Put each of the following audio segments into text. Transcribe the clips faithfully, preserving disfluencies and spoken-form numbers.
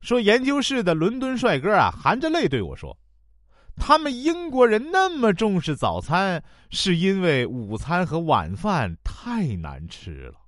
说研究室的伦敦帅哥啊，含着泪对我说，他们英国人那么重视早餐，是因为午餐和晚饭太难吃了。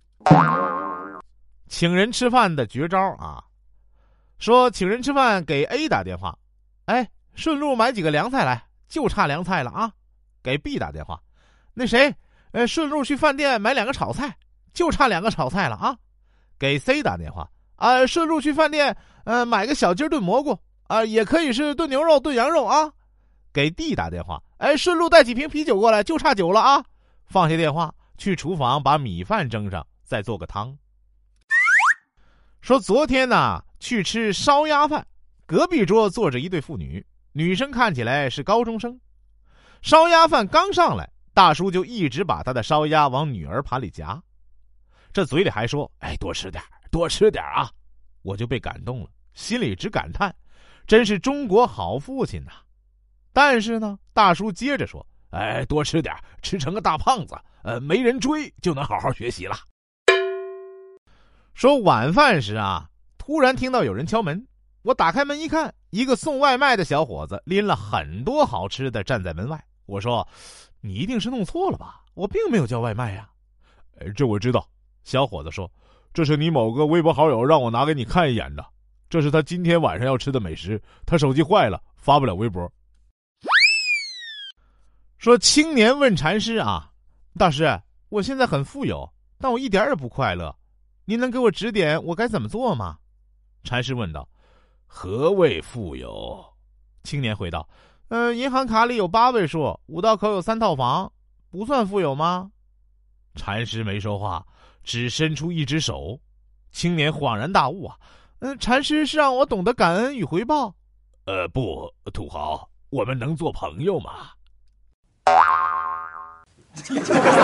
请人吃饭的绝招啊，说请人吃饭给 A 打电话，哎，顺路买几个凉菜来，就差凉菜了啊。给 B 打电话，那谁，呃，顺路去饭店买两个炒菜，就差两个炒菜了啊。给 C 打电话，啊，顺路去饭店，呃，买个小鸡炖蘑菇，啊，也可以是炖牛肉、炖羊肉啊。给 D 打电话，哎，顺路带几瓶啤酒过来，就差酒了啊。放下电话，去厨房把米饭蒸上，再做个汤。说昨天呢，去吃烧鸭饭，隔壁桌坐着一对父女，女生看起来是高中生。烧鸭饭刚上来，大叔就一直把他的烧鸭往女儿盘里夹，这嘴里还说，哎，多吃点多吃点啊。我就被感动了，心里只感叹，真是中国好父亲呐。但是呢，大叔接着说，哎，多吃点，吃成个大胖子，呃，没人追就能好好学习了。说晚饭时啊，突然听到有人敲门，我打开门一看，一个送外卖的小伙子拎了很多好吃的站在门外。我说，你一定是弄错了吧，我并没有叫外卖呀。哎，这我知道。小伙子说，这是你某个微博好友让我拿给你看一眼的，这是他今天晚上要吃的美食，他手机坏了发不了微博。说青年问禅师啊，大师，我现在很富有，但我一点也不快乐，您能给我指点我该怎么做吗？禅师问道，何谓富有？青年回道，呃，银行卡里有八位数，五道口有三套房，不算富有吗？禅师没说话，只伸出一只手。青年恍然大悟啊，呃，禅师是让我懂得感恩与回报。呃，不，土豪，我们能做朋友吗？